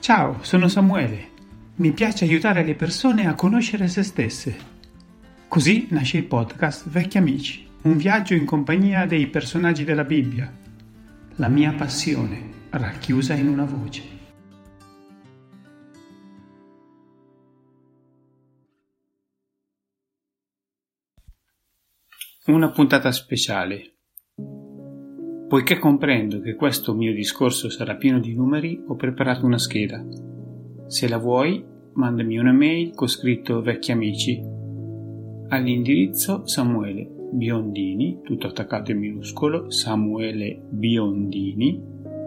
Ciao, sono Samuele. Mi piace aiutare le persone a conoscere se stesse. Così nasce il podcast Vecchi Amici, un viaggio in compagnia dei personaggi della Bibbia. La mia passione, racchiusa in una voce. Una puntata speciale. Poiché comprendo che questo mio discorso sarà pieno di numeri, ho preparato una scheda. Se la vuoi, mandami una mail con scritto Vecchi Amici all'indirizzo Samuele Biondini, tutto attaccato in minuscolo, Samuele Biondini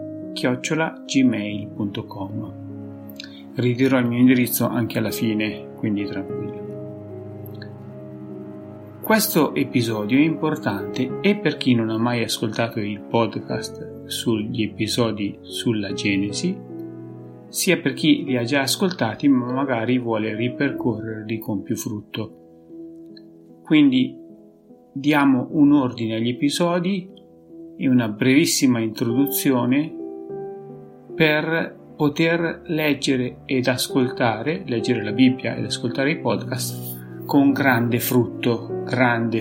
@gmail.com. Ridirò il mio indirizzo anche alla fine, quindi tranquillo. Questo episodio è importante e per chi non ha mai ascoltato il podcast sugli episodi sulla Genesi, sia per chi li ha già ascoltati ma magari vuole ripercorrerli con più frutto. Quindi diamo un ordine agli episodi e una brevissima introduzione per poter leggere ed ascoltare, leggere la Bibbia ed ascoltare i podcast con grande frutto, grande.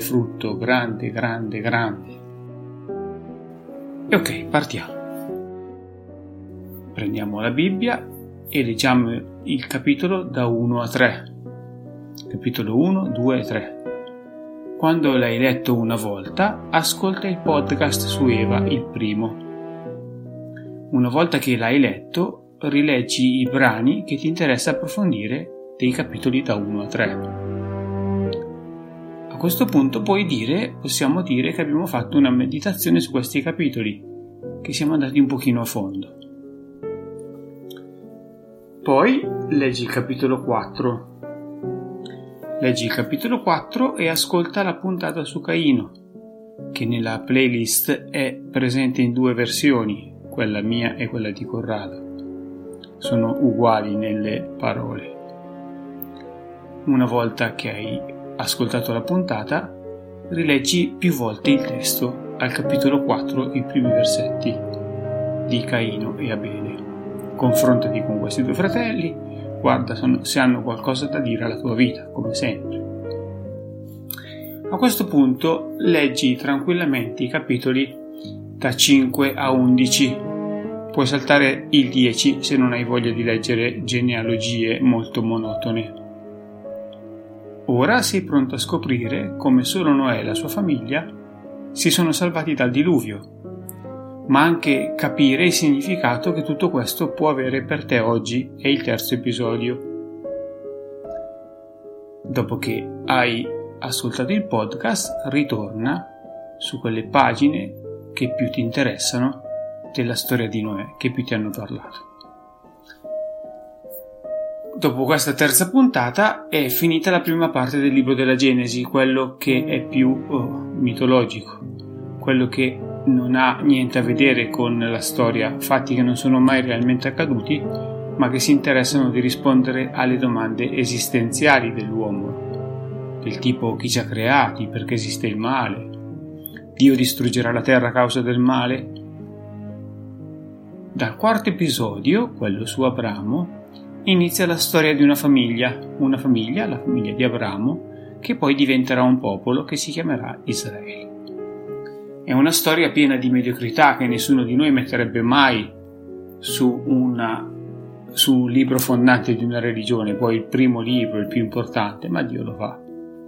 E ok, partiamo. Prendiamo la Bibbia e leggiamo il capitolo da 1 a 3. Capitolo 1, 2 e 3. Quando l'hai letto una volta, ascolta il podcast su Eva, il primo. Una volta che l'hai letto, rileggi i brani che ti interessa approfondire dei capitoli da 1 a 3. A questo punto possiamo dire che abbiamo fatto una meditazione su questi capitoli, che siamo andati un pochino a fondo. Poi leggi il capitolo 4. Leggi il capitolo 4 e ascolta la puntata su Caino, che nella playlist è presente in 2 versioni, quella mia e quella di Corrado. Sono uguali nelle parole. Una volta che hai ascoltato la puntata, rileggi più volte il testo al capitolo 4, i primi versetti di Caino e Abele. Confrontati con questi 2 fratelli, guarda se hanno qualcosa da dire alla tua vita, come sempre. A questo punto leggi tranquillamente i capitoli da 5 a 11. Puoi saltare il 10 se non hai voglia di leggere genealogie molto monotone. Ora sei pronto a scoprire come solo Noè e la sua famiglia si sono salvati dal diluvio, ma anche capire il significato che tutto questo può avere per te oggi. È il terzo episodio. Dopo che hai ascoltato il podcast, ritorna su quelle pagine che più ti interessano della storia di Noè, che più ti hanno parlato. Dopo questa terza puntata è finita la prima parte del libro della Genesi, quello che è più mitologico, quello che non ha niente a vedere con la storia, fatti che non sono mai realmente accaduti, ma che si interessano di rispondere alle domande esistenziali dell'uomo, del tipo chi ci ha creati, perché esiste il male, Dio distruggerà la terra a causa del male. Dal quarto episodio, quello su Abramo, inizia la storia di una famiglia, la famiglia di Abramo, che poi diventerà un popolo che si chiamerà Israele. È una storia piena di mediocrità che nessuno di noi metterebbe mai su un libro fondante di una religione, poi il primo libro, il più importante, ma Dio lo fa.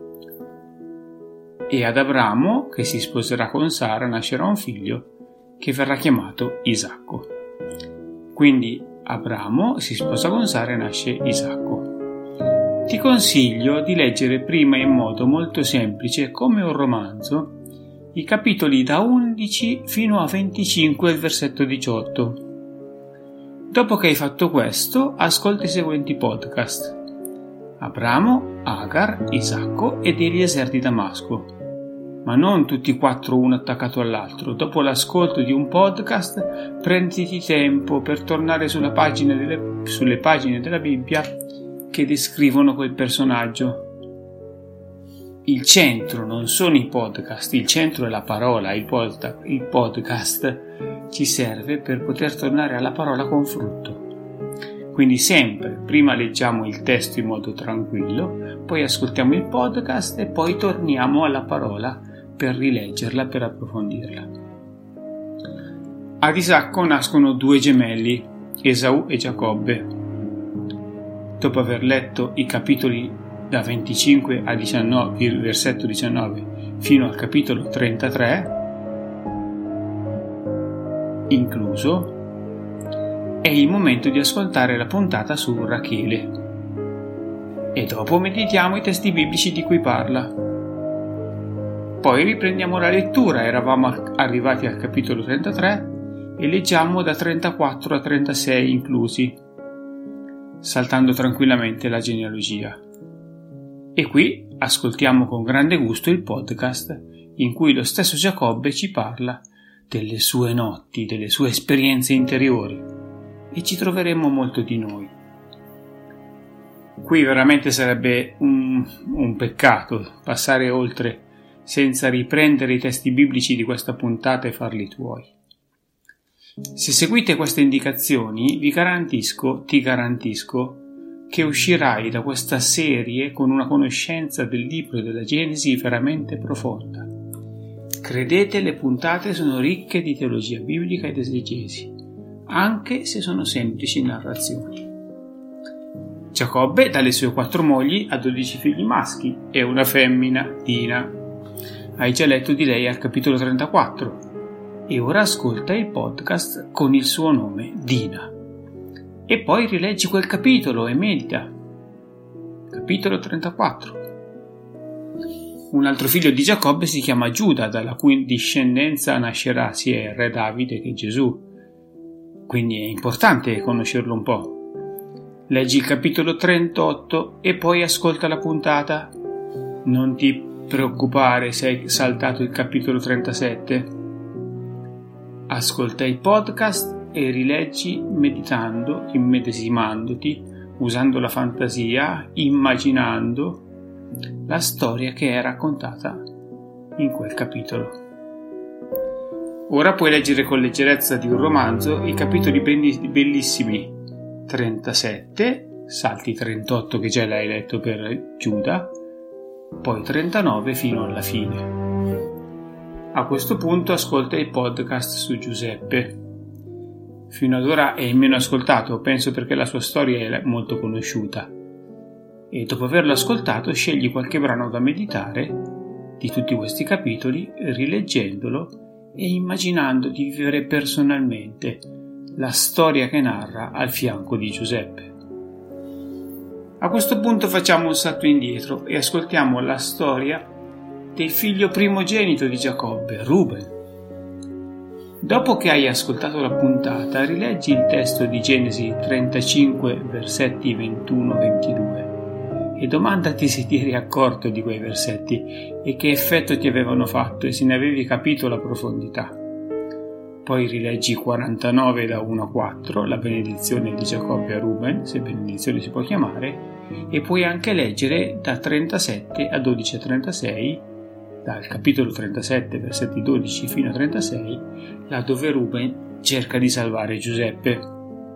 E ad Abramo, che si sposerà con Sara, nascerà un figlio che verrà chiamato Isacco. Quindi Abramo si sposa con Sara e nasce Isacco. Ti consiglio di leggere prima in modo molto semplice, come un romanzo, i capitoli da 11 fino a 25 del versetto 18. Dopo che hai fatto questo, ascolta i seguenti podcast: Abramo, Agar, Isacco ed Eliezer di Damasco. Ma non tutti 4 uno attaccato all'altro. Dopo l'ascolto di un podcast, prenditi tempo per tornare sulle pagine della Bibbia che descrivono quel personaggio. Il centro non sono i podcast, il centro è la parola. Il podcast ci serve per poter tornare alla parola con frutto. Quindi sempre prima leggiamo il testo in modo tranquillo, poi ascoltiamo il podcast e poi torniamo alla parola per rileggerla, per approfondirla. Ad Isacco nascono 2 gemelli, Esau e Giacobbe. Dopo aver letto i capitoli da 25 a 19, il versetto 19 fino al capitolo 33 incluso, è il momento di ascoltare la puntata su Rachele e dopo meditiamo i testi biblici di cui parla. Poi riprendiamo la lettura, eravamo arrivati al capitolo 33 e leggiamo da 34 a 36 inclusi, saltando tranquillamente la genealogia. E qui ascoltiamo con grande gusto il podcast in cui lo stesso Giacobbe ci parla delle sue notti, delle sue esperienze interiori, e ci troveremo molto di noi. Qui veramente sarebbe un peccato passare oltre senza riprendere i testi biblici di questa puntata e farli tuoi. Se seguite queste indicazioni, ti garantisco che uscirai da questa serie con una conoscenza del libro della Genesi veramente profonda. Credete, le puntate sono ricche di teologia biblica ed esegesi, anche se sono semplici narrazioni. Giacobbe dalle sue 4 mogli ha 12 figli maschi e una femmina, Dina. Hai già letto di lei al capitolo 34 e ora ascolta il podcast con il suo nome, Dina. E poi rileggi quel capitolo e medita. Capitolo 34. Un altro figlio di Giacobbe si chiama Giuda, dalla cui discendenza nascerà sia il re Davide che Gesù. Quindi è importante conoscerlo un po'. Leggi il capitolo 38 e poi ascolta la puntata. Non ti preoccupare se hai saltato il capitolo 37. Ascolta il podcast e rileggi meditando, immedesimandoti, usando la fantasia, immaginando la storia che è raccontata in quel capitolo. Ora puoi leggere con leggerezza di un romanzo i capitoli bellissimi 37, salti 38 che già l'hai letto per Giuda, poi 39 fino alla fine. A questo punto ascolta il podcast su Giuseppe. Fino ad ora è il meno ascoltato, penso perché la sua storia è molto conosciuta. E dopo averlo ascoltato scegli qualche brano da meditare di tutti questi capitoli, rileggendolo e immaginando di vivere personalmente la storia che narra al fianco di Giuseppe. A questo punto facciamo un salto indietro e ascoltiamo la storia del figlio primogenito di Giacobbe, Ruben. Dopo che hai ascoltato la puntata, rileggi il testo di Genesi 35, versetti 21-22 e domandati se ti eri accorto di quei versetti e che effetto ti avevano fatto e se ne avevi capito la profondità. Poi rileggi 49 da 1 a 4, la benedizione di Giacobbe a Ruben, se benedizione si può chiamare, e puoi anche leggere da 37 a 12 a 36, dal capitolo 37, versetti 12 fino a 36, là dove Ruben cerca di salvare Giuseppe.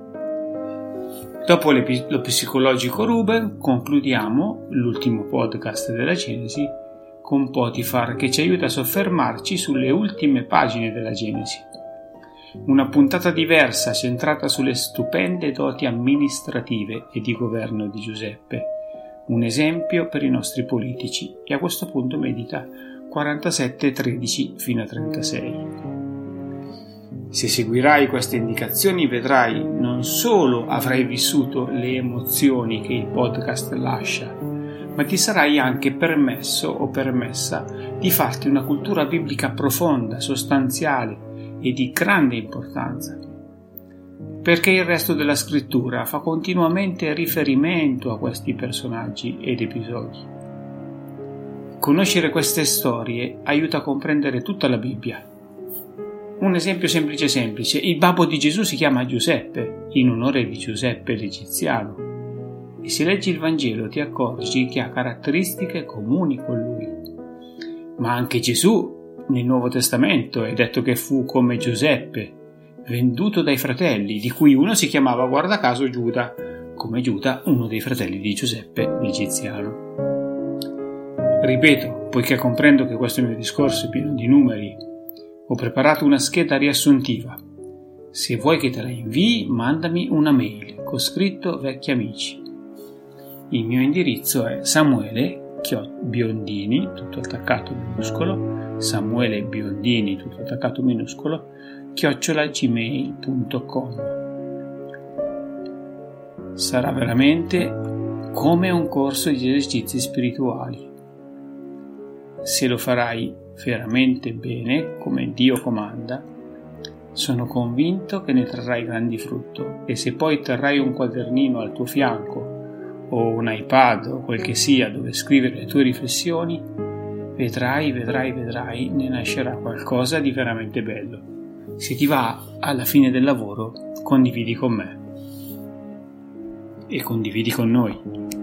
Dopo lo psicologico Ruben, concludiamo l'ultimo podcast della Genesi con Potifar, che ci aiuta a soffermarci sulle ultime pagine della Genesi. Una puntata diversa centrata sulle stupende doti amministrative e di governo di Giuseppe, un esempio per i nostri politici, e a questo punto medita 47-13 fino a 36. Se seguirai queste indicazioni vedrai non solo avrai vissuto le emozioni che il podcast lascia, ma ti sarai anche permesso o permessa di farti una cultura biblica profonda, sostanziale e di grande importanza, perché il resto della scrittura fa continuamente riferimento a questi personaggi ed episodi. Conoscere queste storie aiuta a comprendere tutta la Bibbia. Un esempio semplice, il babbo di Gesù si chiama Giuseppe, in onore di Giuseppe l'Egiziano, e se leggi il Vangelo ti accorgi che ha caratteristiche comuni con lui. Ma anche Gesù nel Nuovo Testamento è detto che fu come Giuseppe, venduto dai fratelli, di cui uno si chiamava guarda caso Giuda, come Giuda, uno dei fratelli di Giuseppe l'Egiziano. Ripeto, poiché comprendo che questo mio discorso è pieno di numeri, ho preparato una scheda riassuntiva. Se vuoi che te la invii, mandami una mail con scritto vecchi amici. Il mio indirizzo è Samuele-Biondini, tutto attaccato minuscolo, Samuele Biondini, tutto attaccato minuscolo, @gmail.com. Sarà veramente come un corso di esercizi spirituali. Se lo farai veramente bene, come Dio comanda, sono convinto che ne trarrai grandi frutto, e se poi terrai un quadernino al tuo fianco o un iPad o quel che sia dove scrivere le tue riflessioni, vedrai, ne nascerà qualcosa di veramente bello. Se ti va, alla fine del lavoro, condividi con me e condividi con noi.